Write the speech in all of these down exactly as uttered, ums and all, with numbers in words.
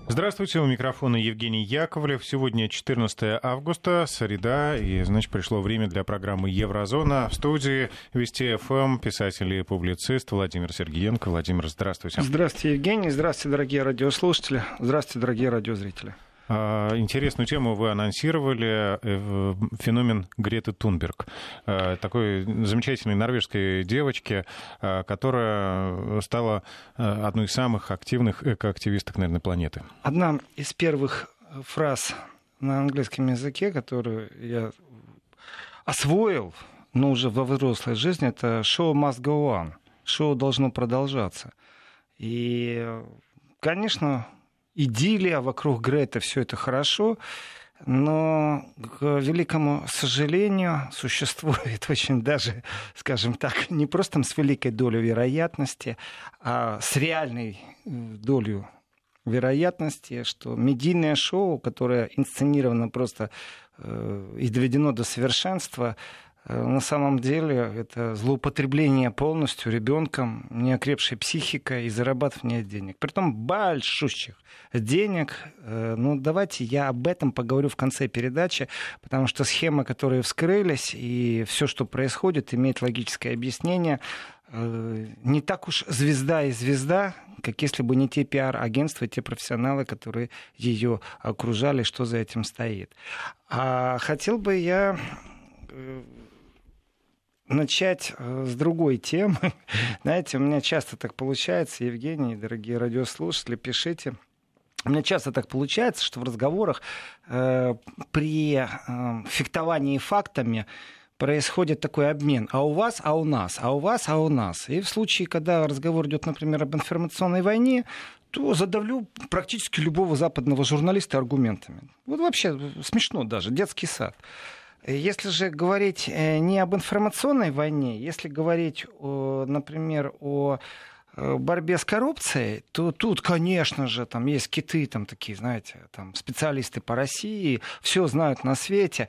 Здравствуйте, у микрофона Евгений Яковлев. Сегодня четырнадцатое августа, среда, и, значит, пришло время для программы «Еврозона». В студии Вести ФМ писатель и публицист Владимир Сергеенко. Владимир, здравствуйте. Здравствуйте, Евгений. Здравствуйте, дорогие радиослушатели. Здравствуйте, дорогие радиозрители. Интересную тему вы анонсировали, феномен Греты Тунберг, такой замечательной норвежской девочки, которая стала одной из самых активных экоактивисток, наверное, планеты. Одна из первых фраз на английском языке, которую я освоил, но уже во взрослой жизни, это «show must go on», «шоу должно продолжаться». И, конечно, идиллия вокруг Греты, все это хорошо, но, к великому сожалению, существует очень даже, скажем так, не просто с великой долей вероятности, а с реальной долей вероятности, что медийное шоу, которое инсценировано просто э, и доведено до совершенства, на самом деле это злоупотребление полностью ребенком, неокрепшей психикой и зарабатывание денег. Притом большущих денег. Ну, давайте я об этом поговорю в конце передачи, потому что схемы, которые вскрылись, и все, что происходит, имеет логическое объяснение. Не так уж звезда и звезда, как если бы не те пиар-агентства, те профессионалы, которые ее окружали, что за этим стоит. А хотел бы я начать с другой темы. Знаете, у меня часто так получается, Евгений, дорогие радиослушатели, пишите. У меня часто так получается, что в разговорах э, при э, фехтовании фактами происходит такой обмен. А у вас, а у нас, а у вас, а у нас. И в случае, когда разговор идет, например, об информационной войне, то задавлю практически любого западного журналиста аргументами. Вот вообще смешно даже, детский сад. Если же говорить не об информационной войне, если говорить, о, например, о борьбе с коррупцией, то тут, конечно же, там есть киты, там такие, знаете, там специалисты по России, все знают на свете.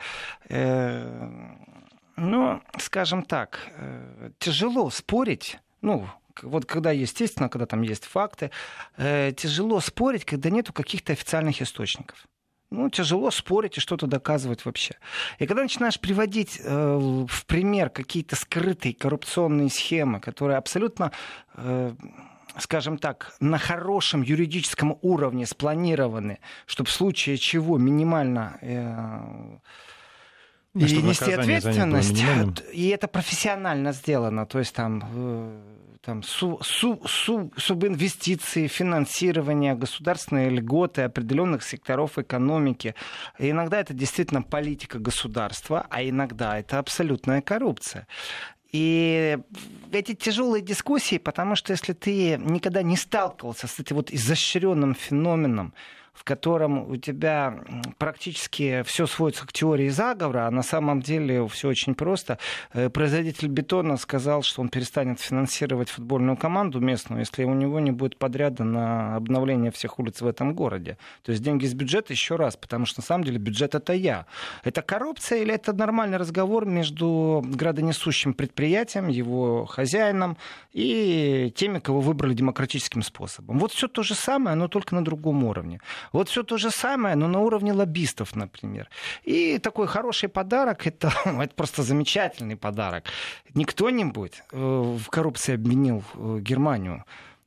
Но, скажем так, тяжело спорить, ну, вот когда, естественно, когда там есть факты, тяжело спорить, когда нету каких-то официальных источников. Ну, тяжело спорить и что-то доказывать вообще. И когда начинаешь приводить э, в пример какие-то скрытые коррупционные схемы, которые абсолютно, э, скажем так, на хорошем юридическом уровне спланированы, чтобы в случае чего минимально э, и нести ответственность, и это профессионально сделано, то есть там... Э, Там, су, су, су, субинвестиции, финансирование, государственные льготы определенных секторов экономики. И иногда это действительно политика государства, а иногда это абсолютная коррупция. И эти тяжелые дискуссии, потому что если ты никогда не сталкивался с этим вот изощренным феноменом, в котором у тебя практически все сводится к теории заговора, а на самом деле все очень просто. Производитель бетона сказал, что он перестанет финансировать футбольную команду местную, если у него не будет подряда на обновление всех улиц в этом городе. То есть деньги из бюджета еще раз, потому что на самом деле бюджет — это я. Это коррупция или это нормальный разговор между градонесущим предприятием, его хозяином и теми, кого выбрали демократическим способом? Вот все то же самое, но только на другом уровне. Вот все то же самое, но на уровне лоббистов, например. И такой хороший подарок, это, это просто замечательный подарок. Не кто-нибудь в коррупции обвинил Германию,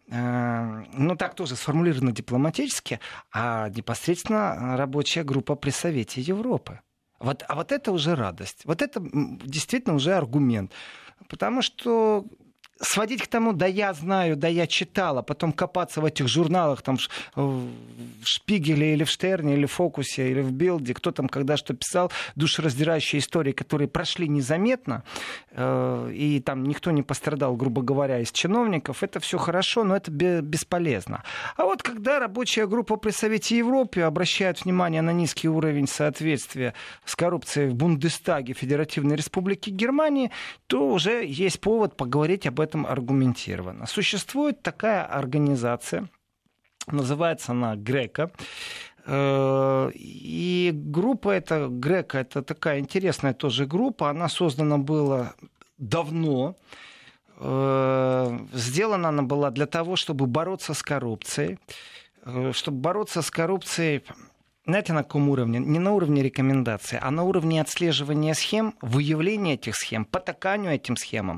ну так тоже сформулировано дипломатически, а непосредственно рабочая группа при Совете Европы. Вот, а вот это уже радость. Вот это действительно уже аргумент. Потому что сводить к тому, да я знаю, да я читала, потом копаться в этих журналах, там в Шпигеле или в Штерне, или в Фокусе, или в Билде, кто там когда что писал, душераздирающие истории, которые прошли незаметно, э, и там никто не пострадал, грубо говоря, из чиновников, это все хорошо, но это бесполезно. А вот когда рабочая группа при Совете Европы обращает внимание на низкий уровень соответствия с коррупцией в Бундестаге Федеративной Республики Германии, то уже есть повод поговорить об этом аргументированно. Существует такая организация, называется она Грека. И группа эта, Грека, это такая интересная тоже группа. Она создана была давно. Сделана она была для того, чтобы бороться с коррупцией. чтобы бороться с коррупцией, знаете, на каком уровне? Не на уровне рекомендаций, а на уровне отслеживания схем, выявления этих схем, потаканию этим схемам.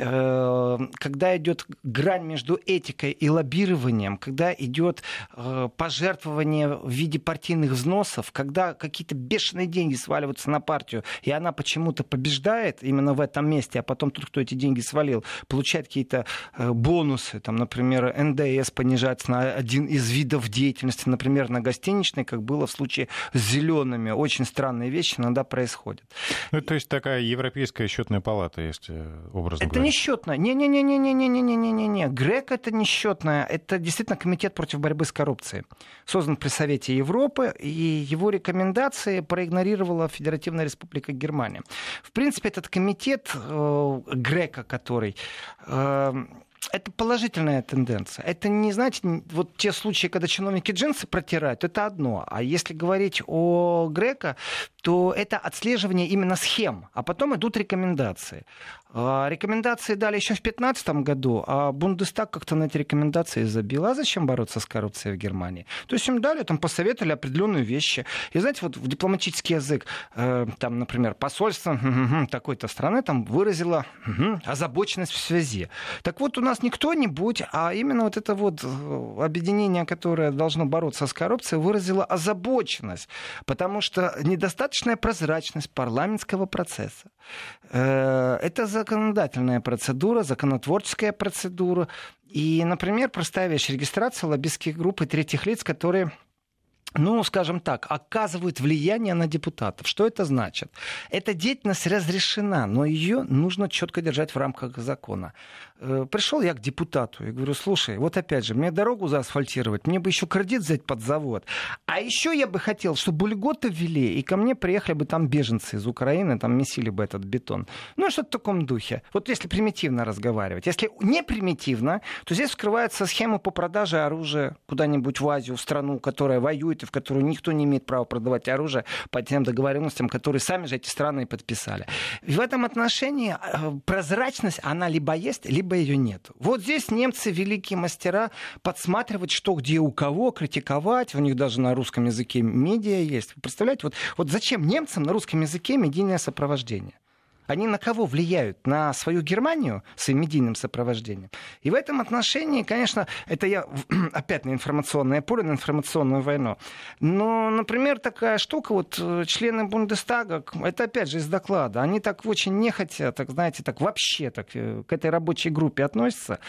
Когда идет грань между этикой и лоббированием, когда идет пожертвование в виде партийных взносов, когда какие-то бешеные деньги сваливаются на партию, и она почему-то побеждает именно в этом месте, а потом тот, кто эти деньги свалил, получает какие-то бонусы. Там, например, эн дэ эс понижается на один из видов деятельности, например, на гостиничной, как было в случае с зелеными. Очень странные вещи иногда происходят. Ну, то есть такая Европейская счетная палата, если образно это говоря. Не счетная. Не-не-не-не-не-не-не-не-не-не. ГРЭК это не счетная. Это действительно комитет против борьбы с коррупцией. Создан при Совете Европы, и его рекомендации проигнорировала Федеративная Республика Германия. В принципе, этот комитет э, ГРЭКа, который... Э, Это положительная тенденция. Это не, знаете, вот те случаи, когда чиновники джинсы протирают, это одно. А если говорить о ГРЭКо, то это отслеживание именно схем. А потом идут рекомендации. Рекомендации дали еще в две тысячи пятнадцатом году, а Бундестаг как-то на эти рекомендации забил. А зачем бороться с коррупцией в Германии? То есть им дали, там посоветовали определенные вещи. И знаете, вот в дипломатический язык, там, например, посольство такой-то страны там выразило озабоченность в связи. Так вот, у нас не кто-нибудь, а именно вот это вот объединение, которое должно бороться с коррупцией, выразило озабоченность, потому что недостаточная прозрачность парламентского процесса. Это законодательная процедура, законотворческая процедура. И, например, простая вещь, регистрация лоббистских групп и третьих лиц, которые... ну, скажем так, оказывают влияние на депутатов. Что это значит? Эта деятельность разрешена, но ее нужно четко держать в рамках закона. Пришел я к депутату и говорю: слушай, вот опять же, мне дорогу заасфальтировать, мне бы еще кредит взять под завод. А еще я бы хотел, чтобы льготы ввели, и ко мне приехали бы там беженцы из Украины, там месили бы этот бетон. Ну, что-то в таком духе. Вот если примитивно разговаривать. Если не примитивно, то здесь вскрывается схема по продаже оружия куда-нибудь в Азию, в страну, которая воюет, в которую никто не имеет права продавать оружие по тем договоренностям, которые сами же эти страны и подписали. И в этом отношении прозрачность, она либо есть, либо ее нет. Вот здесь немцы, великие мастера, подсматривать, что где у кого, критиковать. У них даже на русском языке медиа есть. Вы представляете, вот, вот зачем немцам на русском языке медийное сопровождение? Они на кого влияют? На свою Германию своим медийным сопровождением. И в этом отношении, конечно, это я опять на информационное поле, на информационную войну. Но, например, такая штука, вот члены Бундестага, это опять же из доклада, они так очень нехотя, так знаете, так вообще так к этой рабочей группе относятся.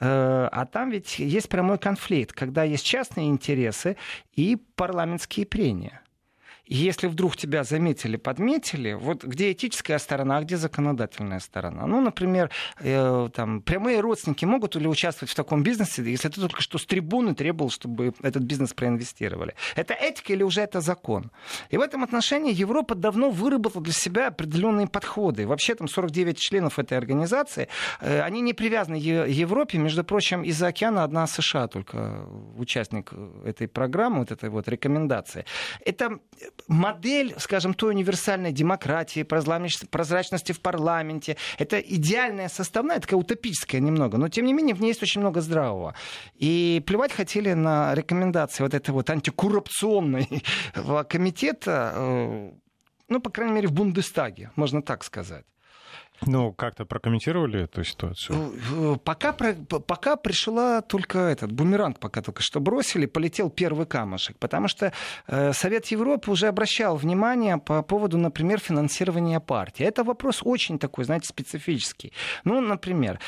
А там ведь есть прямой конфликт, когда есть частные интересы и парламентские прения. И если вдруг тебя заметили, подметили, вот где этическая сторона, а где законодательная сторона? Ну, например, э, там, прямые родственники могут ли участвовать в таком бизнесе, если ты только что с трибуны требовал, чтобы этот бизнес проинвестировали? Это этика или уже это закон? И в этом отношении Европа давно выработала для себя определенные подходы. Вообще там сорок девять членов этой организации, э, они не привязаны к Европе, между прочим, из-за океана одна США только участник этой программы, вот этой вот рекомендации. Это модель, скажем, той универсальной демократии, прозрачности в парламенте. Это идеальная составная, такая утопическая немного, но тем не менее в ней есть очень много здравого. И плевать хотели на рекомендации вот этого вот антикоррупционного комитета, ну, по крайней мере, в Бундестаге, можно так сказать. Ну, как-то прокомментировали эту ситуацию? Пока, пока пришла только этот бумеранг, пока только что бросили, полетел первый камушек, потому что э, Совет Европы уже обращал внимание по поводу, например, финансирования партии. Это вопрос очень такой, знаете, специфический. Ну, например,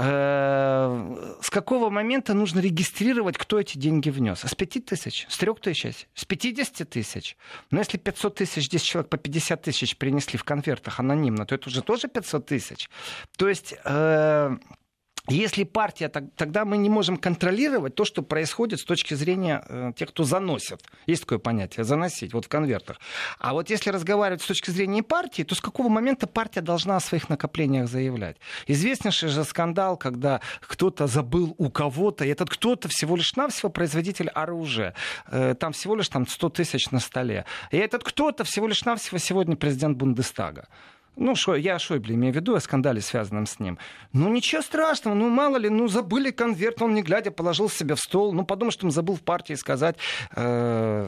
э, с какого момента нужно регистрировать, кто эти деньги внес? С пяти тысяч? С трех тысяч? С пятидесяти тысяч? Но если пятьсот тысяч, десять человек по пятьдесят тысяч принесли в конвертах анонимно, то это уже тоже пятьсот тысяч. То есть... Э, Если партия, тогда мы не можем контролировать то, что происходит с точки зрения э, тех, кто заносит. Есть такое понятие, заносить, вот в конвертах. А вот если разговаривать с точки зрения партии, то с какого момента партия должна о своих накоплениях заявлять? Известнейший же скандал, когда кто-то забыл у кого-то, и этот кто-то всего лишь навсего производитель оружия. Э, там всего лишь там, сто тысяч на столе. И этот кто-то всего лишь навсего сегодня президент Бундестага. Ну, шо, я Шойбле имею в виду, о скандале, связанном с ним. Ну, ничего страшного, ну, мало ли, ну, забыли конверт, он, не глядя, положил себе в стол. Ну, подумал, что он забыл в партии сказать, э,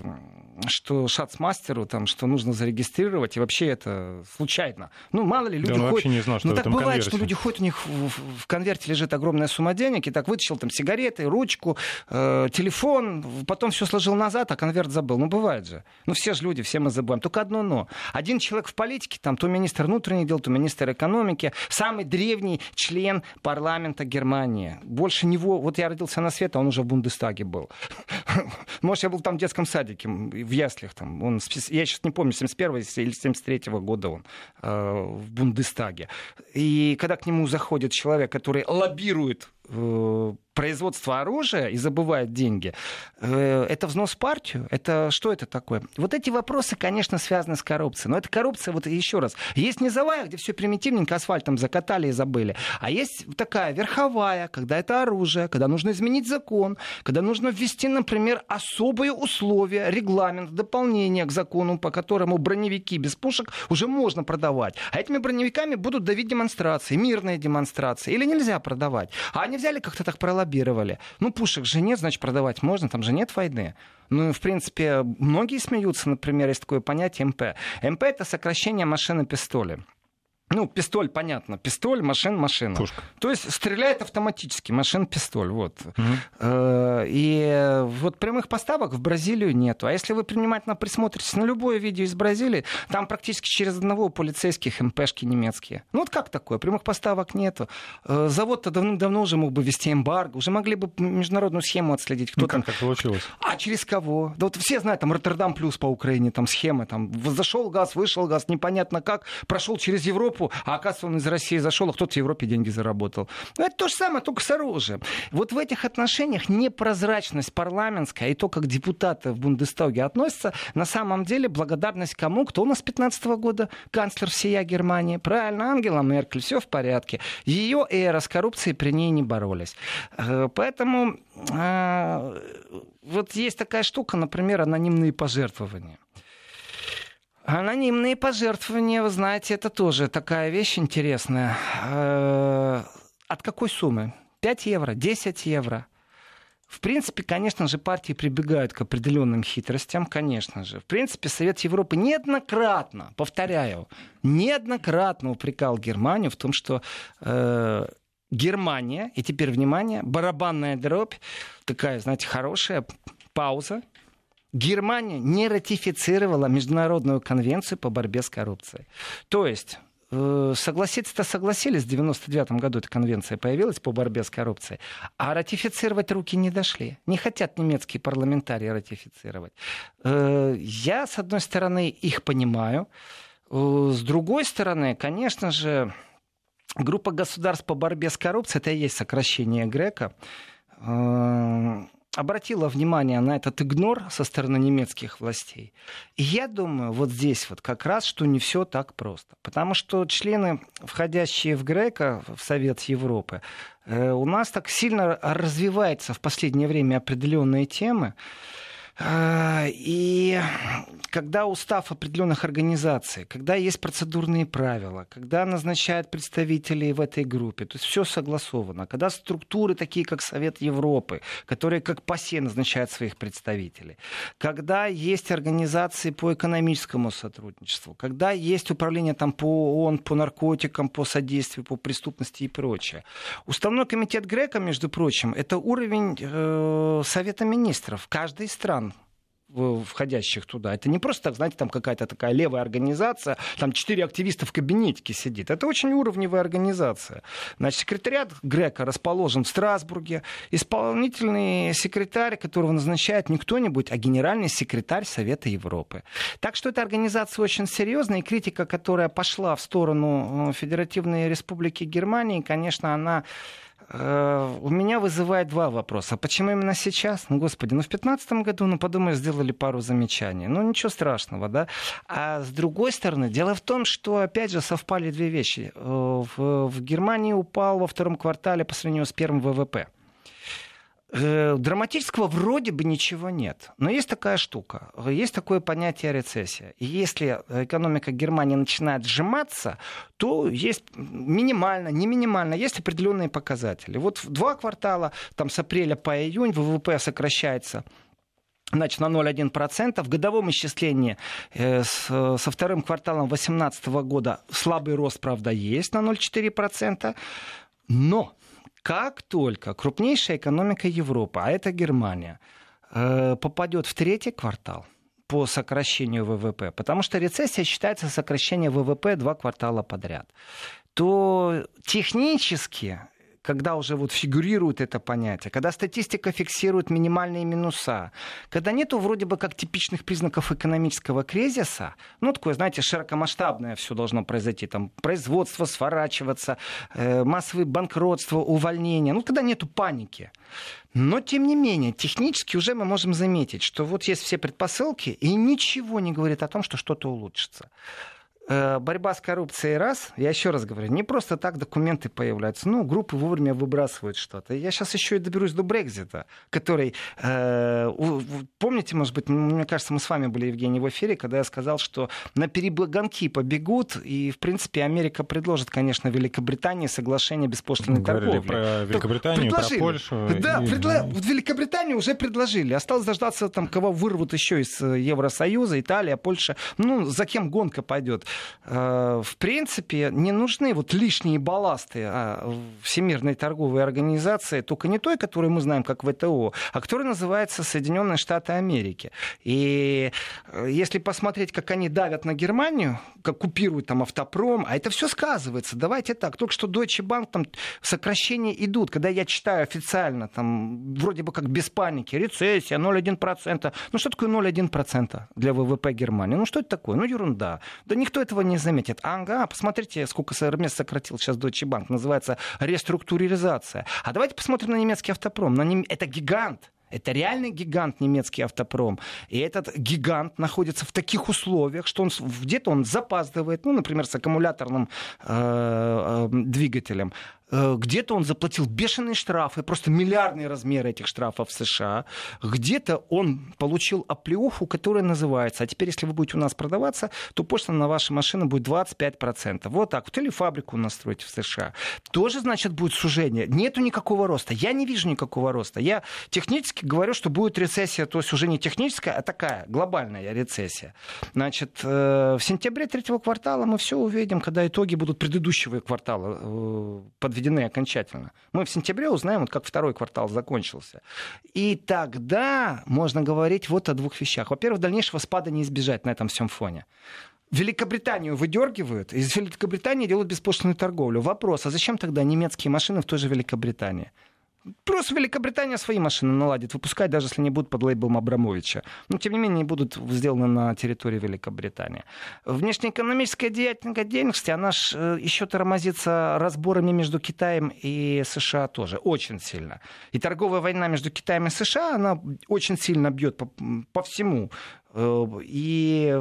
что шацмастеру, там, что нужно зарегистрировать, и вообще это случайно. Ну, мало ли, люди да, он ходят... вообще не знал, что ну, в так этом бывает, конверте. что люди ходят, у них в, в, в конверте лежит огромная сумма денег, и так вытащил там сигареты, ручку, э, телефон, потом все сложил назад, а конверт забыл. Ну, бывает же. Ну, все же люди, все мы забываем. Только одно но. Один человек в политике, там, то министр внутренних дел, то министр экономики, самый древний член парламента Германии. Больше него, вот я родился на свет, а он уже в Бундестаге был. Может, я был там в детском садике, в яслях там. Он, я сейчас не помню, семьдесят первого или семьдесят третьего года он э, в Бундестаге. И когда к нему заходит человек, который лоббирует э, производство оружия и забывает деньги, э, это взнос в партию? Это что это такое? Вот эти вопросы, конечно, связаны с коррупцией. Но эта коррупция, вот еще раз, есть низовая, где все примитивненько асфальтом закатали и забыли. А есть такая верховая, когда это оружие, когда нужно изменить закон, когда нужно ввести, например, особые условия, регламент, дополнение к закону, по которому броневики без пушек уже можно продавать. А этими броневиками будут давить демонстрации, мирные демонстрации. Или нельзя продавать. А они взяли как-то так пролоббировали. Ну, пушек же нет, значит, продавать можно, там же нет войны. Ну, в принципе, многие смеются, например, есть такое понятие эм пэ. эм пэ — это сокращение машины-пистоля. Ну, пистоль, понятно. Пистоль, машин, машина. Пушка. То есть стреляет автоматически. Машин, пистоль. Вот. Mm-hmm. И вот прямых поставок в Бразилию нету. А если вы внимательно присмотритесь на любое видео из Бразилии, там практически через одного полицейских эм пэшки немецкие. Ну вот как такое? Прямых поставок нету. Завод-то давным-давно уже мог бы вести эмбарго. Уже могли бы международную схему отследить. Кто ну, там... как так получилось? А через кого? Да вот все знают, там Роттердам плюс по Украине, там схемы. Там зашел газ, вышел газ, непонятно как. Прошел через Европу, а оказывается, он из России зашел, а кто-то в Европе деньги заработал. Ну, это то же самое, только с оружием. Вот в этих отношениях непрозрачность парламентская и то, как депутаты в Бундестаге относятся, на самом деле благодарность кому? Кто у нас с пятнадцатого года канцлер всея Германии? Правильно, Ангела Меркель, все в порядке. Ее эра с коррупцией при ней не боролись. Поэтому вот есть такая штука, например, анонимные пожертвования. Анонимные пожертвования, вы знаете, это тоже такая вещь интересная. От какой суммы? пять евро, десять евро. В принципе, конечно же, партии прибегают к определенным хитростям, конечно же. В принципе, Совет Европы неоднократно, повторяю, неоднократно упрекал Германию в том, что э, Германия, и теперь, внимание, барабанная дробь, такая, знаете, хорошая пауза, Германия не ратифицировала Международную конвенцию по борьбе с коррупцией. То есть э, согласиться-то согласились, в девяносто девятом году эта конвенция появилась по борьбе с коррупцией, а ратифицировать руки не дошли. Не хотят немецкие парламентарии ратифицировать. Э, я, с одной стороны, их понимаю. Э, с другой стороны, конечно же, группа государств по борьбе с коррупцией, это и есть сокращение ГРЕКО, э, обратила внимание на этот игнор со стороны немецких властей. И я думаю, вот здесь вот как раз, что не все так просто. Потому что члены, входящие в ГРЕКО, в Совет Европы, э, у нас так сильно развиваются в последнее время определенные темы. И когда устав определенных организаций, когда есть процедурные правила, когда назначают представителей в этой группе, то есть все согласовано, когда структуры такие, как Совет Европы, которые как ПАСЕ назначают своих представителей, когда есть организации по экономическому сотрудничеству, когда есть управление там, по ООН, по наркотикам, по содействию, по преступности и прочее. Уставной комитет ГРЕКО, между прочим, это уровень э, Совета министров каждой страны, входящих туда. Это не просто, так, знаете, там какая-то такая левая организация, там четыре активиста в кабинетике сидит. Это очень уровневая организация. Значит, секретариат ГРЕКО расположен в Страсбурге. Исполнительный секретарь, которого назначает не кто-нибудь, а генеральный секретарь Совета Европы. Так что эта организация очень серьезная, и критика, которая пошла в сторону Федеративной Республики Германии, конечно, она у меня вызывает два вопроса. Почему именно сейчас? Ну, господи, ну в пятнадцатом году, ну, подумаю, сделали пару замечаний. Ну, ничего страшного, да? А с другой стороны, дело в том, что, опять же, совпали две вещи. В, в Германии упал во втором квартале по сравнению с первым ВВП. Драматического вроде бы ничего нет. Но есть такая штука. Есть такое понятие рецессия. И если экономика Германии начинает сжиматься, то есть минимально, не минимально, есть определенные показатели. Вот в два квартала, там с апреля по июнь, ВВП сокращается, значит, на ноль целых одна десятая процента. В годовом исчислении э, с, со вторым кварталом две тысячи восемнадцатого года слабый рост, правда, есть на ноль целых четыре десятых процента. Но как только крупнейшая экономика Европы, а это Германия, э, попадет в третий квартал по сокращению ВВП, потому что рецессия считается сокращение ВВП два квартала подряд, то технически, когда уже вот фигурирует это понятие, когда статистика фиксирует минимальные минуса, когда нету вроде бы как типичных признаков экономического кризиса, ну, такое, знаете, широкомасштабное все должно произойти, там, производство сворачиваться, э, массовые банкротства, увольнения, ну, когда нету паники. Но, тем не менее, технически уже мы можем заметить, что вот есть все предпосылки, и ничего не говорит о том, что что-то улучшится. Борьба с коррупцией раз, я еще раз говорю, не просто так документы появляются, ну, группы вовремя выбрасывают что-то. Я сейчас еще и доберусь до Брексита, который, э, помните, может быть, мне кажется, мы с вами были, Евгений, в эфире, когда я сказал, что на перегонки побегут, и, в принципе, Америка предложит, конечно, Великобритании соглашение беспошлиной торговли. Про Великобританию, про Польшу. Да, и... предла... в Великобританию уже предложили. Осталось дождаться, там, кого вырвут еще из Евросоюза, Италия, Польша. Ну, за кем гонка пойдет. В принципе, не нужны вот лишние балласты Всемирной торговой организации, только не той, которую мы знаем как ВТО, а которая называется Соединенные Штаты Америки. И если посмотреть, как они давят на Германию, как купируют там автопром, а это все сказывается. Давайте так. Только что Deutsche Bank, там сокращения идут. Когда я читаю официально, там вроде бы как без паники, рецессия, ноль целых одна десятая процента. Ну что такое ноль целых одна десятая процента для ВВП Германии? Ну что это такое? Ну ерунда. Да никто этого не заметит. Ага, посмотрите, сколько мест сократил сейчас Deutsche Bank. Называется реструктуризация. А давайте посмотрим на немецкий автопром. На нем... Это гигант. Это реальный гигант, немецкий автопром. И этот гигант находится в таких условиях, что он, где-то он запаздывает, ну, например, с аккумуляторным э, э, двигателем. Где-то он заплатил бешеные штрафы, просто миллиардные размеры этих штрафов в США. Где-то он получил оплеуху, которая называется, а теперь, если вы будете у нас продаваться, то пошлина на вашу машину будет двадцать пять процентов. Вот так вот. Или фабрику настроить в США. Тоже, значит, будет сужение. Нету никакого роста. Я не вижу никакого роста. Я технически говорю, что будет рецессия, то есть уже не техническая, а такая глобальная рецессия. Значит, в сентябре третьего квартала мы все увидим, когда итоги будут предыдущего квартала подведены окончательно. Мы в сентябре узнаем, вот как второй квартал закончился. И тогда можно говорить вот о двух вещах. Во-первых, дальнейшего спада не избежать на этом всем фоне. Великобританию выдергивают, из Великобритании делают беспошлинную торговлю. Вопрос, а зачем тогда немецкие машины в той же Великобритании? Просто Великобритания свои машины наладит, выпускать, даже если не будут под лейблом Абрамовича. Но, тем не менее, не будут сделаны на территории Великобритании. Внешнеэкономическая деятельность, она ж еще тормозится разборами между Китаем и США тоже, очень сильно. И торговая война между Китаем и США, она очень сильно бьет по, по всему. И...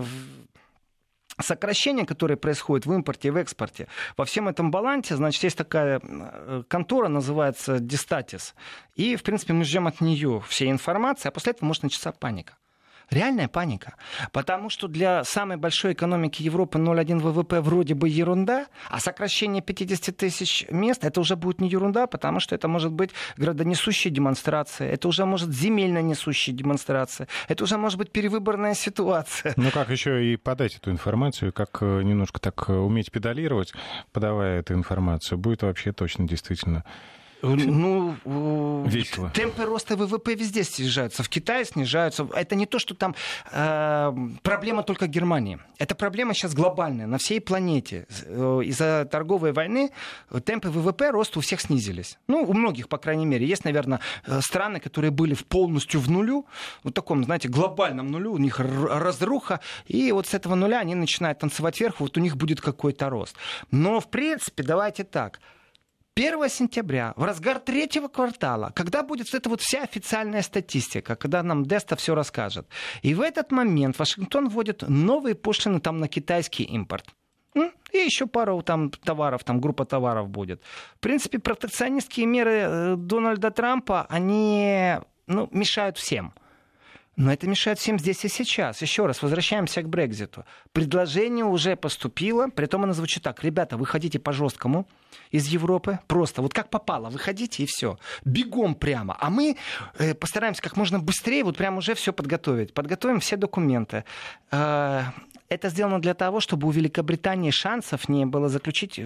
сокращение, которое происходит в импорте и в экспорте, во всем этом балансе, значит, есть такая контора, называется Дистатис, и, в принципе, мы ждем от нее всей информации, а после этого может начаться паника. Реальная паника. Потому что для самой большой экономики Европы ноль целых одна десятая ВВП вроде бы ерунда, а сокращение пятьдесят тысяч мест, это уже будет не ерунда, потому что это может быть градонесущая демонстрация, это уже может земельно несущая демонстрация, это уже может быть перевыборная ситуация. Ну как еще и подать эту информацию, как немножко так уметь педалировать, подавая эту информацию, будет вообще точно действительно... Ну, весело. Темпы роста ВВП везде снижаются. В Китае снижаются. Это не то, что там э, проблема только Германии. Это проблема сейчас глобальная на всей планете. Из-за торговой войны темпы ВВП роста у всех снизились. Ну, у многих, по крайней мере. Есть, наверное, страны, которые были полностью в нулю, в таком, знаете, глобальном нулю. У них разруха. И вот с этого нуля они начинают танцевать вверх. Вот у них будет какой-то рост. Но, в принципе, давайте так. первого сентября, в разгар третьего квартала, когда будет вот эта вот вся официальная статистика, когда нам Деста все расскажет. И в этот момент Вашингтон вводит новые пошлины там на китайский импорт. И еще пару там товаров, там группа товаров будет. В принципе, протекционистские меры Дональда Трампа, они ну, мешают всем. Но это мешает всем здесь и сейчас. Еще раз, возвращаемся к Брекситу. Предложение уже поступило, притом оно звучит так. Ребята, вы хотите по-жесткому из Европы? Просто вот как попало, выходите и все. Бегом прямо. А мы э, постараемся как можно быстрее вот прямо уже все подготовить. Подготовим все документы. Э, это сделано для того, чтобы у Великобритании шансов не было заключить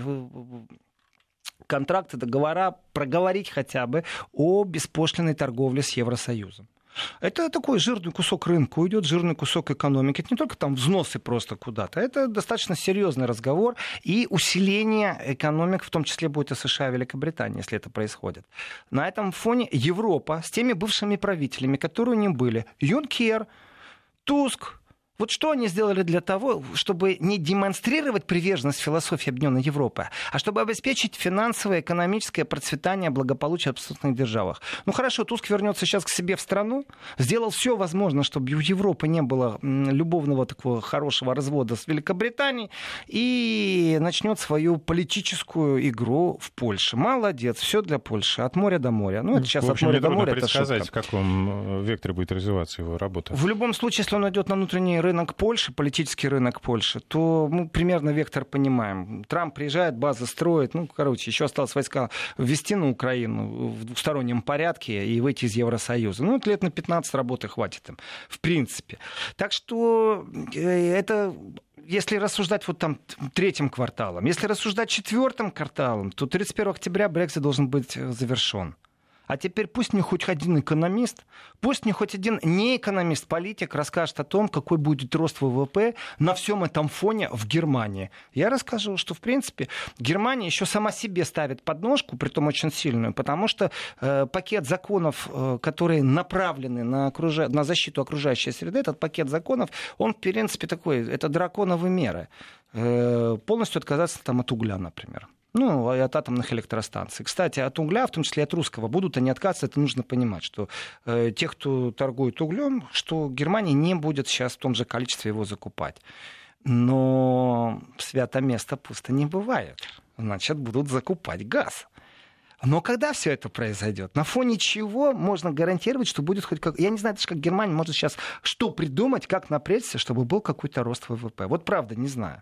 контракты, договора, проговорить хотя бы о беспошлинной торговле с Евросоюзом. Это такой жирный кусок рынка уйдет, жирный кусок экономики. Это не только там взносы просто куда-то. Это достаточно серьезный разговор. И усиление экономик, в том числе будет и США, и Великобритания, если это происходит. На этом фоне Европа с теми бывшими правителями, которые у них были, Юнкер, Туск, вот что они сделали для того, чтобы не демонстрировать приверженность философии Объединенной Европы, а чтобы обеспечить финансовое, экономическое процветание, благополучие в собственных державах. Ну хорошо, Туск вернется сейчас к себе в страну, сделал все возможное, чтобы у Европы не было любовного такого хорошего развода с Великобританией, и начнет свою политическую игру в Польше. Молодец, все для Польши, от моря до моря. Ну, это сейчас в общем, от моря до моря. Трудно предсказать, в каком векторе будет развиваться его работа. В любом случае, если он идет на внутренний рынок Польши, политический рынок Польши, то мы примерно вектор понимаем. Трамп приезжает, базы строит, ну, короче, еще осталось войска ввести на Украину в двустороннем порядке и выйти из Евросоюза. Ну, лет на пятнадцать работы хватит им, в принципе. Так что это... Если рассуждать вот там третьим кварталом, если рассуждать четвертым кварталом, то тридцать первого октября Брексит должен быть завершен. А теперь пусть мне хоть один экономист, пусть мне хоть один неэкономист-политик расскажет о том, какой будет рост ВВП на всем этом фоне в Германии. Я расскажу, что, в принципе, Германия еще сама себе ставит подножку, притом очень сильную, потому что э, пакет законов, э, которые направлены на, окружа... на защиту окружающей среды, этот пакет законов, он, в принципе, такой, это драконовые меры. Э, полностью отказаться там, от угля, например. Ну, и от атомных электростанций. Кстати, от угля, в том числе от русского, будут они отказываться, это нужно понимать, что э, те, кто торгует углем, что Германия не будет сейчас в том же количестве его закупать. Но свято место пусто не бывает. Значит, будут закупать газ. Но когда все это произойдет? На фоне чего можно гарантировать, что будет хоть как... Я не знаю, даже как Германия может сейчас что придумать, как напрячься, чтобы был какой-то рост ВВП. Вот правда, не знаю.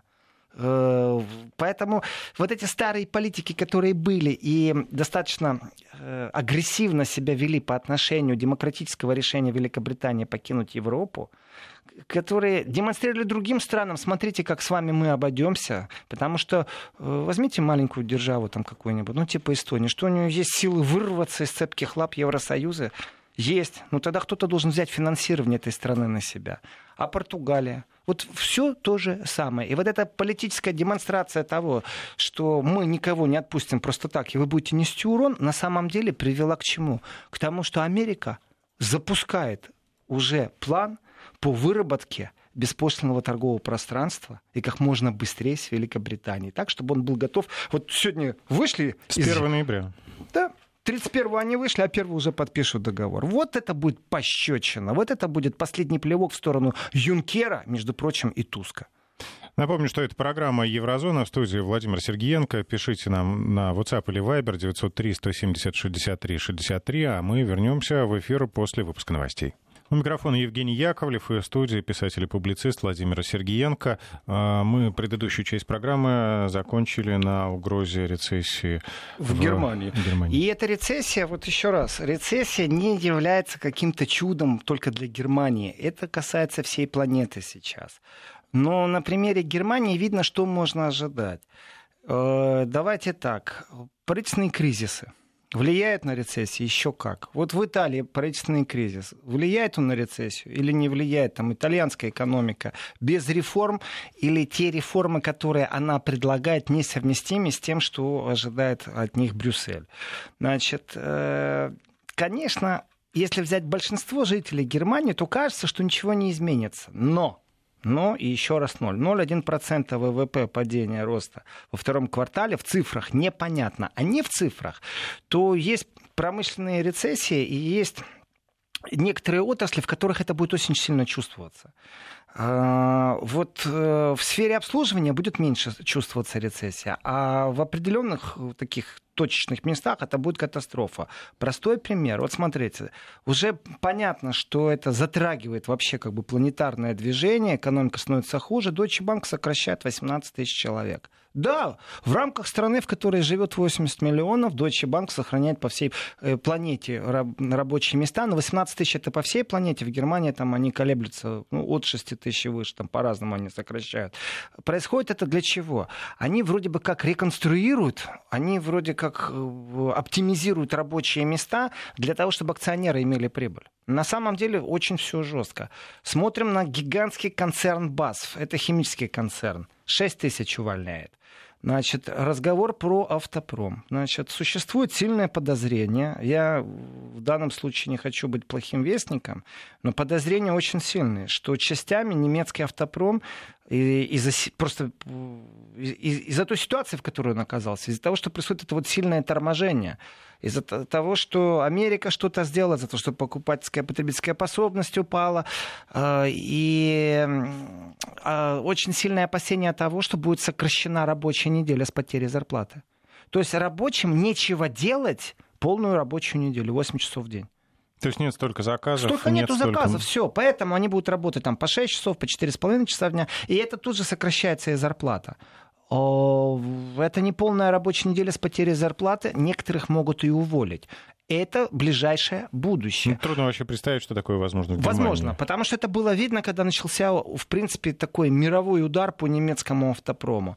Поэтому вот эти старые политики, которые были и достаточно э, агрессивно себя вели по отношению демократического решения Великобритании покинуть Европу, которые демонстрировали другим странам, смотрите, как с вами мы обойдемся, потому что э, возьмите маленькую державу там какую-нибудь, ну типа Эстонии, что у нее есть силы вырваться из цепких лап Евросоюза? Есть. Ну тогда кто-то должен взять финансирование этой страны на себя. А Португалия? Вот все то же самое. И вот эта политическая демонстрация того, что мы никого не отпустим просто так, и вы будете нести урон, на самом деле привела к чему? К тому, что Америка запускает уже план по выработке беспошлинного торгового пространства и как можно быстрее с Великобританией. Так, чтобы он был готов. Вот сегодня вышли... С первого ноября. Да. тридцать первого они вышли, а первого уже подпишут договор. Вот это будет пощечина. Вот это будет последний плевок в сторону Юнкера, между прочим, и Туска. Напомню, что это программа «Еврозона». В студии Владимир Сергиенко. Пишите нам на WhatsApp или Viber девять ноль три сто семьдесят шестьдесят три шестьдесят три, а мы вернемся в эфир после выпуска новостей. У микрофона Евгений Яковлев и в студии писатель и публицист Владимир Сергиенко. Мы предыдущую часть программы закончили на угрозе рецессии в, в Германии. Германии. И эта рецессия, вот еще раз, рецессия не является каким-то чудом только для Германии. Это касается всей планеты сейчас. Но на примере Германии видно, что можно ожидать. Давайте так. Правительственные кризисы. Влияет на рецессию? Еще как. Вот в Италии правительственный кризис. Влияет он на рецессию или не влияет? Там итальянская экономика без реформ или те реформы, которые она предлагает, несовместимы с тем, что ожидает от них Брюссель. Значит, конечно, если взять большинство жителей Германии, то кажется, что ничего не изменится. Но... Но и еще раз ноль. ноль целых одна десятая процента ВВП падения роста во втором квартале в цифрах непонятно. А не в цифрах, то есть промышленные рецессии и есть некоторые отрасли, в которых это будет очень сильно чувствоваться. Вот в сфере обслуживания будет меньше чувствоваться рецессия, а в определенных таких точечных местах это будет катастрофа. Простой пример. Вот смотрите, уже понятно, что это затрагивает вообще как бы планетарное движение, экономика становится хуже. Deutsche Bank сокращает восемнадцать тысяч человек. Да, в рамках страны, в которой живет восемьдесят миллионов, Deutsche Bank сохраняет по всей планете рабочие места. Но восемнадцать тысяч это по всей планете. В Германии там они колеблются ну, от шести тысяч и выше, там по-разному они сокращают. Происходит это для чего? Они вроде бы как реконструируют, они вроде как оптимизируют рабочие места для того, чтобы акционеры имели прибыль. На самом деле очень все жестко. Смотрим на гигантский концерн бэ а эс эф. Это химический концерн. шесть тысяч увольняет. Значит, разговор про автопром. Значит, существует сильное подозрение. Я в данном случае не хочу быть плохим вестником, но подозрения очень сильные, что частями немецкий автопром из-за, просто из- из-за той ситуации, в которой он оказался, из-за того, что происходит это вот сильное торможение, из-за того, что Америка что-то сделала, из-за того, что покупательская потребительская способность упала, и очень сильное опасение того, что будет сокращена рабочая неделя с потерей зарплаты. То есть рабочим нечего делать полную рабочую неделю, восемь часов в день. То есть нет столько заказов? Столько нет нету столько... заказов, все. Поэтому они будут работать там по шесть часов, по четыре с половиной часа в дня. И это тут же сокращается и зарплата. Это не полная рабочая неделя с потерей зарплаты. Некоторых могут и уволить. Это ближайшее будущее. Ну, трудно вообще представить, что такое возможно в Германии. Возможно, потому что это было видно, когда начался, в принципе, такой мировой удар по немецкому автопрому.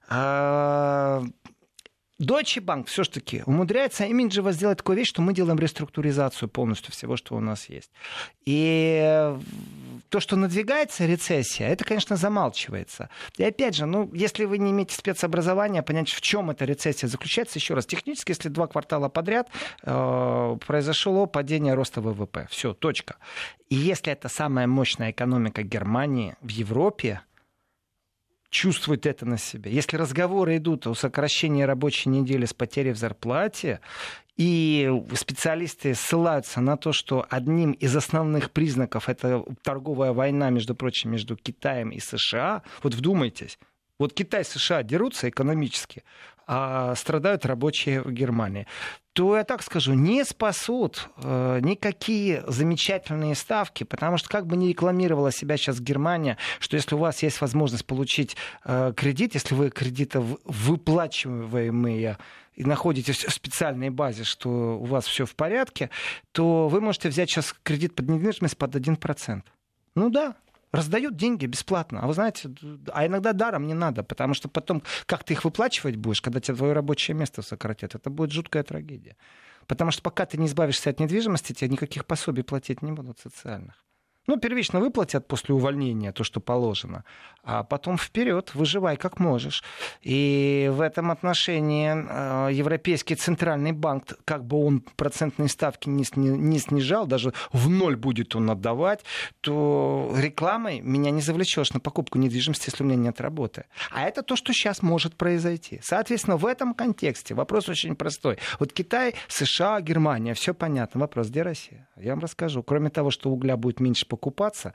Deutsche Bank все-таки умудряется имиджево сделать такую вещь, что мы делаем реструктуризацию полностью всего, что у нас есть. И то, что надвигается рецессия, это, конечно, замалчивается. И опять же, ну, если вы не имеете спецобразования, понять, в чем эта рецессия заключается, еще раз, технически, если два квартала подряд э, произошло падение роста вэ вэ пэ. Все, точка. И если это самая мощная экономика Германии в Европе, чувствует это на себе. Если разговоры идут о сокращении рабочей недели с потерей в зарплате, и специалисты ссылаются на то, что одним из основных признаков это торговая война, между прочим, между Китаем и США, вот вдумайтесь, вот Китай и США дерутся экономически, а страдают рабочие в Германии, то, я так скажу, не спасут э, никакие замечательные ставки, потому что как бы ни рекламировала себя сейчас Германия, что если у вас есть возможность получить э, кредит, если вы кредитовыплачиваемые и находитесь в специальной базе, что у вас все в порядке, то вы можете взять сейчас кредит под недвижимость под один процент. Ну да. Раздают деньги бесплатно. А вы знаете, а иногда даром не надо, потому что потом, как ты их выплачивать будешь, когда тебе твое рабочее место сократят, это будет жуткая трагедия. Потому что пока ты не избавишься от недвижимости, тебе никаких пособий платить не будут социальных. Ну, первично выплатят после увольнения то, что положено, а потом вперед, выживай как можешь. И в этом отношении Европейский центральный банк, как бы он процентные ставки не снижал, даже в ноль будет он отдавать, то рекламой меня не завлечешь на покупку недвижимости, если у меня нет работы. А это то, что сейчас может произойти. Соответственно, в этом контексте вопрос очень простой. Вот Китай, США, Германия, все понятно. Вопрос, где Россия? Я вам расскажу. Кроме того, что угля будет меньше покупаться,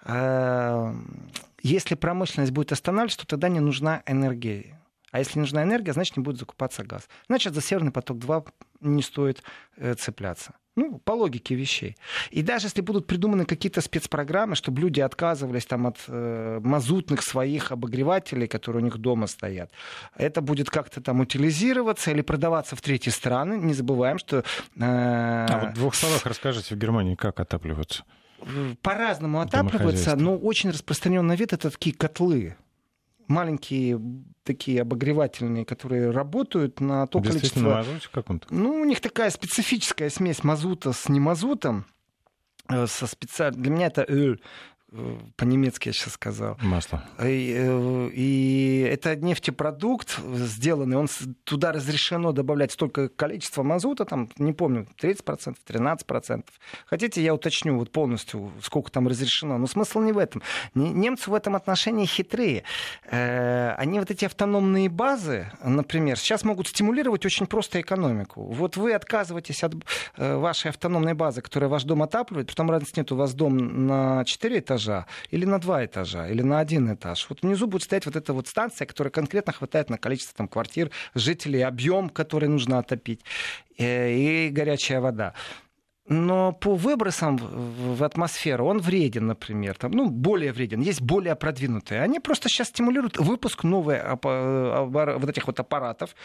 если промышленность будет останавливаться, то тогда не нужна энергия. А если нужна энергия, значит, не будет закупаться газ. Значит, за Северный поток-два не стоит цепляться. Ну, по логике вещей. И даже если будут придуманы какие-то спецпрограммы, чтобы люди отказывались там, от э, мазутных своих обогревателей, которые у них дома стоят, это будет как-то там утилизироваться или продаваться в третьи страны. Не забываем, что... Э, а вот в двух словах расскажите, в Германии как отапливаются? По-разному отапливаются, но очень распространенный вид — это такие котлы. Маленькие такие обогревательные, которые работают на то количество... Мазут каком-то? Ну, у них такая специфическая смесь мазута с немазутом. Со специ... Для меня это эль. По-немецки я сейчас сказал. Масло. И, и это нефтепродукт сделанный, он, туда разрешено добавлять столько количества мазута, там, не помню, тридцать процентов, тринадцать процентов. Хотите, я уточню вот полностью, сколько там разрешено. Но смысл не в этом. Немцы в этом отношении хитрые. Они вот эти автономные базы, например, сейчас могут стимулировать очень просто экономику. Вот вы отказываетесь от вашей автономной базы, которая ваш дом отапливает, потом разницы нет, у вас дом на четыре этажа, этажа, или на два этажа, или на один этаж. Вот внизу будет стоять вот эта вот станция, которая конкретно хватает на количество там, квартир, жителей, объем, который нужно отопить, и горячая вода. Но по выбросам в атмосферу он вреден, например. Там, ну, более вреден. Есть более продвинутые. Они просто сейчас стимулируют выпуск новых вот этих вот аппаратов.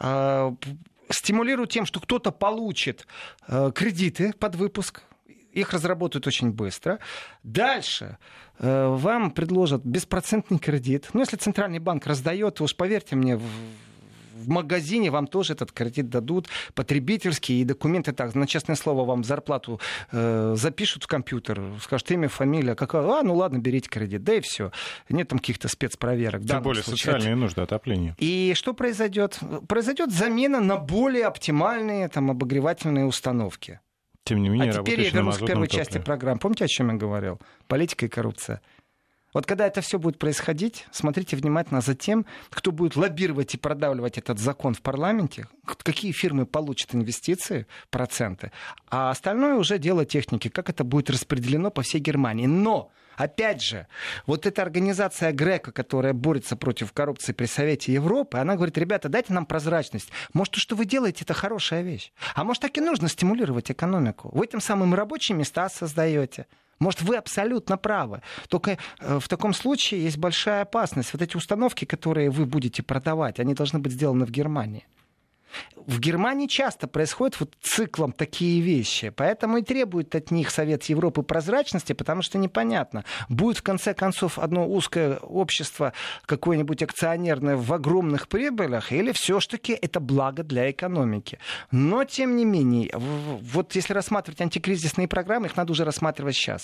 Стимулируют тем, что кто-то получит кредиты под выпуск. Их разработают очень быстро. Дальше вам предложат беспроцентный кредит. Ну, если Центральный банк раздает, то уж поверьте мне, в В магазине вам тоже этот кредит дадут, потребительские, и документы так, на честное слово, вам зарплату э, запишут в компьютер, скажут имя, фамилия, какая, а, ну ладно, берите кредит, да и все. Нет там каких-то спецпроверок. Тем более случае. Социальные нужды, отопление. И что произойдет? Произойдет замена на более оптимальные там, обогревательные установки. Тем не менее, а теперь я вернусь к первой топливе. части программы. Помните, о чем я говорил? Политика и коррупция. Вот когда это все будет происходить, смотрите внимательно за тем, кто будет лоббировать и продавливать этот закон в парламенте, какие фирмы получат инвестиции, проценты, а остальное уже дело техники, как это будет распределено по всей Германии. Но, опять же, вот эта организация Греко, которая борется против коррупции при Совете Европы, она говорит, ребята, дайте нам прозрачность. Может, то, что вы делаете, это хорошая вещь. А может, так и нужно стимулировать экономику. Вы тем самым рабочие места создаете. Может, вы абсолютно правы. Только в таком случае есть большая опасность. Вот эти установки, которые вы будете продавать, они должны быть сделаны в Германии. В Германии часто происходят вот циклом такие вещи. Поэтому и требует от них Совет Европы прозрачности, потому что непонятно, будет в конце концов одно узкое общество, какое-нибудь акционерное в огромных прибылях, или все-таки это благо для экономики. Но, тем не менее, вот если рассматривать антикризисные программы, их надо уже рассматривать сейчас.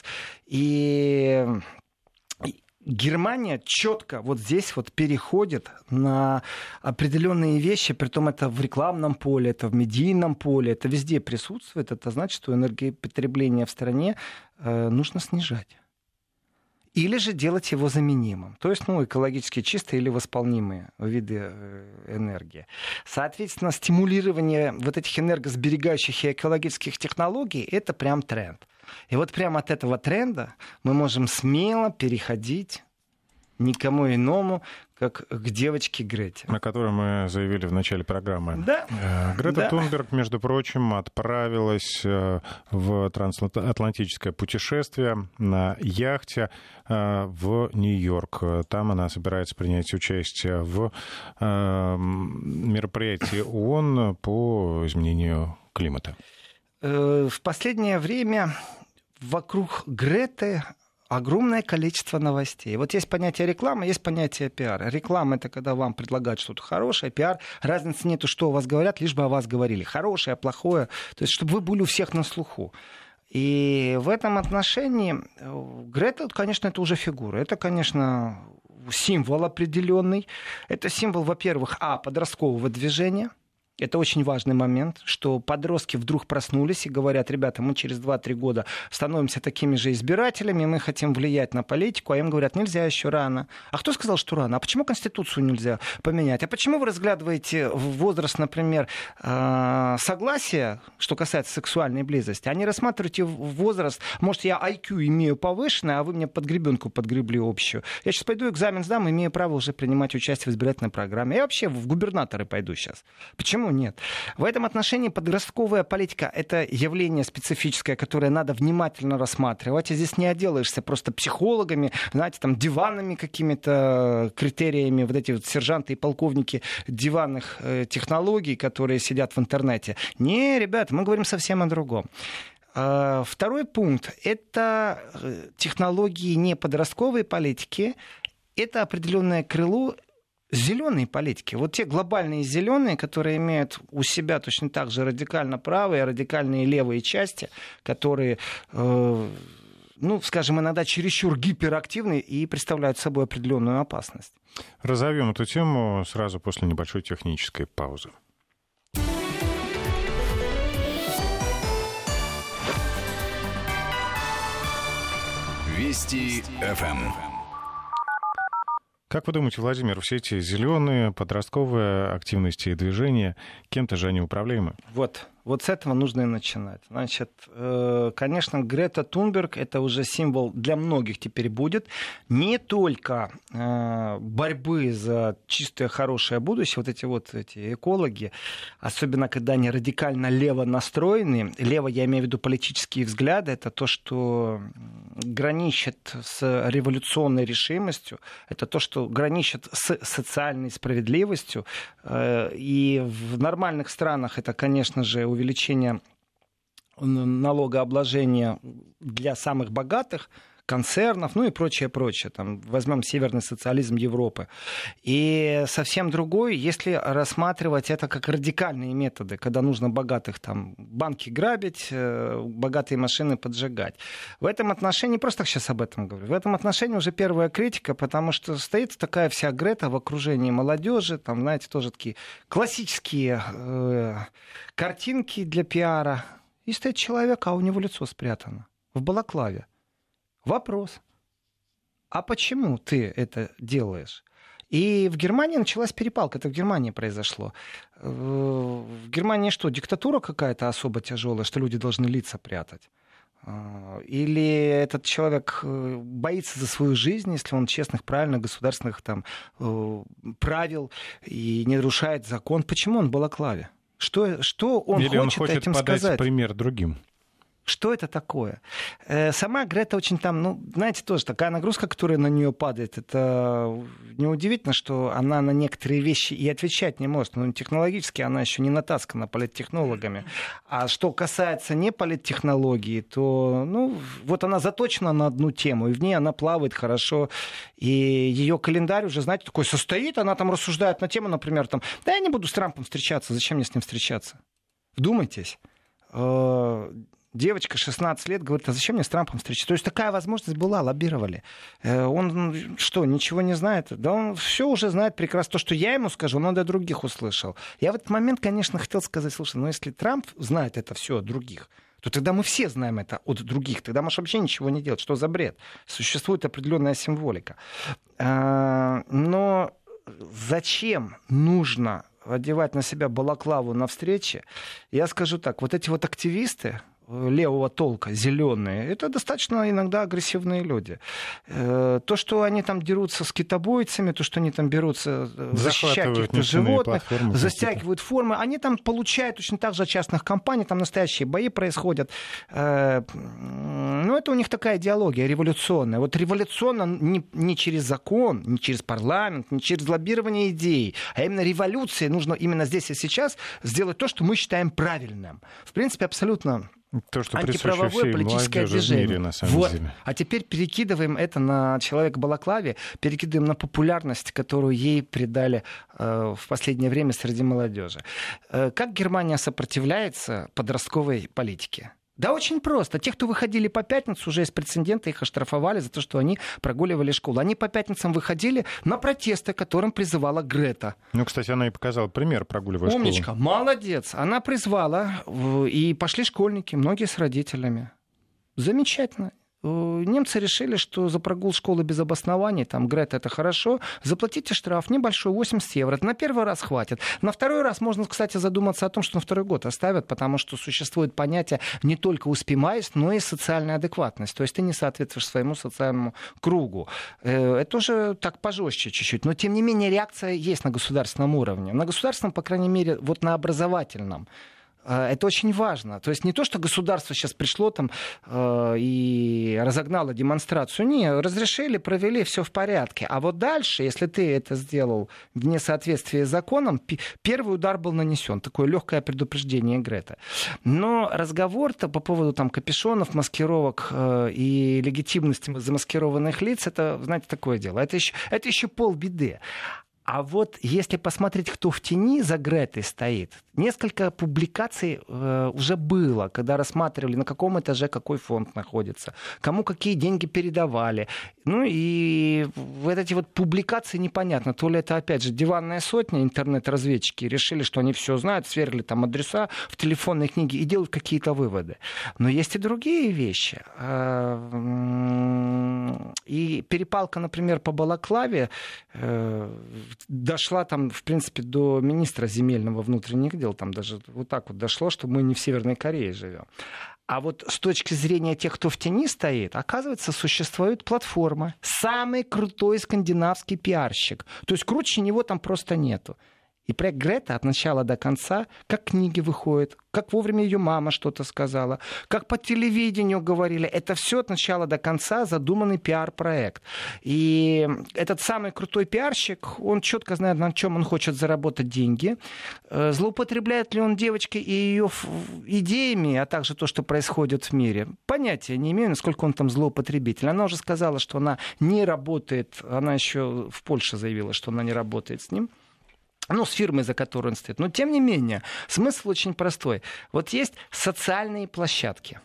И Германия четко вот здесь вот переходит на определенные вещи, притом это в рекламном поле, это в медийном поле, это везде присутствует. Это значит, что энергопотребление в стране э, нужно снижать. Или же делать его заменимым. То есть, ну, экологически чистые или восполнимые виды энергии. Соответственно, стимулирование вот этих энергосберегающих и экологических технологий — это прям тренд. И вот прямо от этого тренда мы можем смело переходить никому иному, как к девочке Грете. О которой мы заявили в начале программы. Да. Грета да. Тунберг, между прочим, отправилась в трансатлантическое путешествие на яхте в Нью-Йорк. Там она собирается принять участие в мероприятии ООН по изменению климата. В последнее время вокруг Греты огромное количество новостей. Вот есть понятие рекламы, есть понятие пиара. Реклама — это когда вам предлагают что-то хорошее, пиар. Разницы нету, что о вас говорят, лишь бы о вас говорили. Хорошее, плохое. То есть, чтобы вы были у всех на слуху. И в этом отношении Грета, конечно, это уже фигура. Это, конечно, символ определенный. Это символ, во-первых, а, подросткового движения. Это очень важный момент, что подростки вдруг проснулись и говорят, ребята, мы через два-три года становимся такими же избирателями, мы хотим влиять на политику, а им говорят, нельзя, еще рано. А кто сказал, что рано? А почему Конституцию нельзя поменять? А почему вы разглядываете возраст, например, согласия, что касается сексуальной близости, а не рассматриваете возраст, может, я ай кью имею повышенное, а вы мне под гребенку подгребли общую. Я сейчас пойду экзамен сдам, имею право уже принимать участие в избирательной программе. Я вообще в губернаторы пойду сейчас. Почему? Нет. В этом отношении подростковая политика — это явление специфическое, которое надо внимательно рассматривать. И здесь не отделаешься просто психологами, знаете, там, диванными какими-то критериями, вот эти вот сержанты и полковники диванных э, технологий, которые сидят в интернете. Не, ребята, мы говорим совсем о другом. Второй пункт — это технологии не подростковой политики, это определенное крыло зеленые политики. Вот те глобальные зеленые, которые имеют у себя точно так же радикально правые, радикальные левые части, которые, э, ну, скажем, иногда чересчур гиперактивны и представляют собой определенную опасность. Разовьем эту тему сразу после небольшой технической паузы. Вести эф эм. Как вы думаете, Владимир, все эти зеленые, подростковые активности и движения, кем-то же они управляемы? Вот, Вот с этого нужно и начинать. Значит, конечно, Грета Тунберг — это уже символ для многих теперь будет. Не только борьбы за чистое, хорошее будущее. Вот эти вот эти экологи, особенно когда они радикально лево настроены. Лево, я имею в виду политические взгляды. Это то, что граничит с революционной решимостью. Это то, что граничит с социальной справедливостью. И в нормальных странах это, конечно же, увеличение налогообложения для самых богатых, концернов, ну и прочее, прочее. Там, возьмем северный социализм Европы. И совсем другой, если рассматривать это как радикальные методы, когда нужно богатых там банки грабить, богатые машины поджигать. В этом отношении, просто сейчас об этом говорю, в этом отношении уже первая критика, потому что стоит такая вся Грета в окружении молодежи, там, знаете, тоже такие классические э, картинки для пиара. И стоит человек, а у него лицо спрятано в балаклаве. Вопрос. А почему ты это делаешь? И в Германии началась перепалка. Это в Германии произошло. В Германии что, диктатура какая-то особо тяжелая, что люди должны лица прятать? Или этот человек боится за свою жизнь, если он честных, правильных государственных там, правил и не нарушает закон? Почему он в балаклаве? Что, что он Или хочет, он хочет этим подать сказать? Пример другим. Что это такое? Сама Грета очень там, ну, знаете, тоже такая нагрузка, которая на нее падает. Это неудивительно, что она на некоторые вещи и отвечать не может. Но технологически она еще не натаскана политтехнологами. А что касается не политтехнологии, то, ну, вот она заточена на одну тему, и в ней она плавает хорошо. И ее календарь уже, знаете, такой состоит, она там рассуждает на тему, например, там, да я не буду с Трампом встречаться, зачем мне с ним встречаться? Вдумайтесь. Девочка шестнадцать лет говорит, а зачем мне с Трампом встречаться? То есть такая возможность была, лоббировали. Он что, ничего не знает? Да он все уже знает прекрасно. То, что я ему скажу, он до других услышал. Я в этот момент, конечно, хотел сказать, слушай, ну если Трамп знает это все от других, то тогда мы все знаем это от других. Тогда можешь вообще ничего не делать. Что за бред? Существует определенная символика. Но зачем нужно одевать на себя балаклаву на встрече? Я скажу так, вот эти вот активисты левого толка, зеленые, это достаточно иногда агрессивные люди. То, что они там дерутся с китобойцами, то, что они там берутся защищать каких-то животных, застягивают формы, они там получают точно так же от частных компаний, там настоящие бои происходят. Ну, это у них такая идеология революционная. Вот революционно не, не через закон, не через парламент, не через лоббирование идей, а именно революцией нужно именно здесь и сейчас сделать то, что мы считаем правильным. В принципе, абсолютно то, что антиправовое политическое движение. В мире, на самом вот. деле. А теперь перекидываем это на человека в балаклаве, перекидываем на популярность, которую ей придали э, в последнее время среди молодежи. Э, как Германия сопротивляется подростковой политике? Да очень просто. Те, кто выходили по пятницам, уже из прецедента их оштрафовали за то, что они прогуливали школу. Они по пятницам выходили на протесты, которым призывала Грета. Ну, кстати, она и показала пример, прогуливая школу. Умничка, молодец. Она призвала, и пошли школьники, многие с родителями. Замечательно. Немцы решили, что за прогул школы без обоснований, там, Грета, это хорошо, заплатите штраф небольшой, восемьдесят евро. Это на первый раз хватит. На второй раз можно, кстати, задуматься о том, что на второй год оставят, потому что существует понятие не только успеваемость, но и социальная адекватность. То есть ты не соответствуешь своему социальному кругу. Это уже так пожестче чуть-чуть. Но, тем не менее, реакция есть на государственном уровне. На государственном, по крайней мере, вот на образовательном. Это очень важно. То есть не то, что государство сейчас пришло там э, и разогнало демонстрацию. Не, разрешили, провели, все в порядке. А вот дальше, если ты это сделал в несоответствии с законом, п- первый удар был нанесен. Такое легкое предупреждение Грета. Но разговор-то по поводу там капюшонов, маскировок э, и легитимности замаскированных лиц, это, знаете, такое дело. Это еще, это еще полбеды. А вот если посмотреть, кто в тени за Гретой стоит, несколько публикаций э, уже было, когда рассматривали, на каком этаже какой фонд находится, кому какие деньги передавали. Ну и вот эти вот публикации непонятно, то ли это, опять же, диванная сотня, интернет-разведчики решили, что они все знают, сверили там адреса в телефонной книге и делают какие-то выводы. Но есть и другие вещи. И перепалка, например, по Балаклаве дошла там, в принципе, до министра земельного внутренних дел, там даже вот так вот дошло, что мы не в Северной Корее живем. А вот с точки зрения тех, кто в тени стоит, оказывается, существует платформа. Самый крутой скандинавский пиарщик. То есть круче него там просто нету. И проект Грета от начала до конца, как книги выходят, как вовремя ее мама что-то сказала, как по телевидению говорили. Это все от начала до конца задуманный пиар-проект. И этот самый крутой пиарщик, он четко знает, на чем он хочет заработать деньги. Злоупотребляет ли он девочкой и ее идеями, а также то, что происходит в мире, понятия не имею, насколько он там злоупотребитель. Она уже сказала, что она не работает, она еще в Польше заявила, что она не работает с ним. Ну, с фирмой, за которой он стоит. Но, тем не менее, смысл очень простой. Вот есть социальные площадки.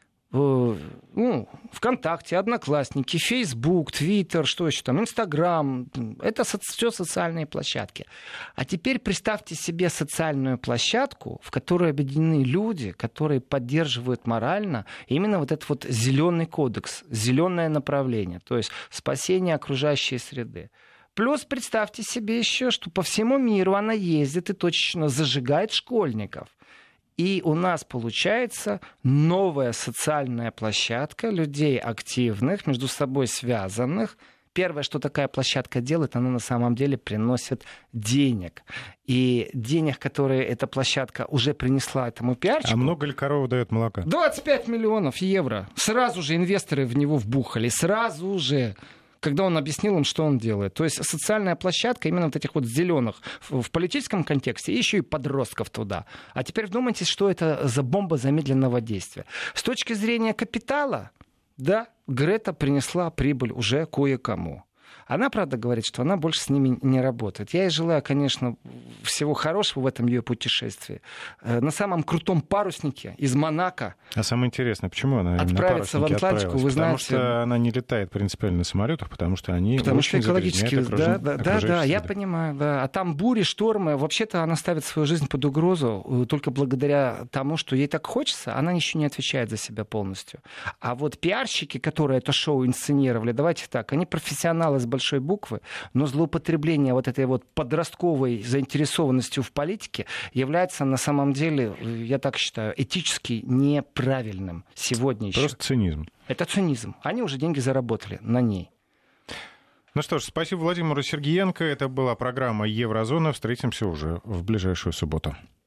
Ну, ВКонтакте, Одноклассники, Фейсбук, Твиттер, что еще там, Инстаграм. Это со- все социальные площадки. А теперь представьте себе социальную площадку, в которой объединены люди, которые поддерживают морально именно вот этот вот зеленый кодекс, зеленое направление, то есть спасение окружающей среды. Плюс представьте себе еще, что по всему миру она ездит и точечно зажигает школьников. И у нас получается новая социальная площадка людей активных, между собой связанных. Первое, что такая площадка делает, она на самом деле приносит денег. И денег, которые эта площадка уже принесла этому пиарчику... А много ли корова дает молока? двадцать пять миллионов евро. Сразу же инвесторы в него вбухали. Сразу же... когда он объяснил им, что он делает. То есть социальная площадка именно вот этих вот зеленых в политическом контексте, и еще и подростков туда. А теперь вдумайтесь, что это за бомба замедленного действия. С точки зрения капитала, да, Грета принесла прибыль уже кое-кому. Она, правда, говорит, что она больше с ними не работает. Я ей желаю, конечно, всего хорошего в этом ее путешествии. На самом крутом паруснике из Монако. А самое интересное, почему она отправиться на в Атлантику, вы потому знаете... что она не летает принципиально на самолетах, потому что они потому очень что экологически, да, да, да, да, я среды. понимаю, да. А там бури, штормы. Вообще-то она ставит свою жизнь под угрозу только благодаря тому, что ей так хочется. Она еще не отвечает за себя полностью. А вот пиарщики, которые это шоу инсценировали, давайте так, они профессионалы с большой буквы, но злоупотребление вот этой вот подростковой заинтересованностью в политике является на самом деле, я так считаю, этически неправильным сегодня еще. Просто цинизм. Это цинизм. Они уже деньги заработали на ней. Ну что ж, спасибо Владимиру Сергеенко. Это была программа «Еврозона». Встретимся уже в ближайшую субботу.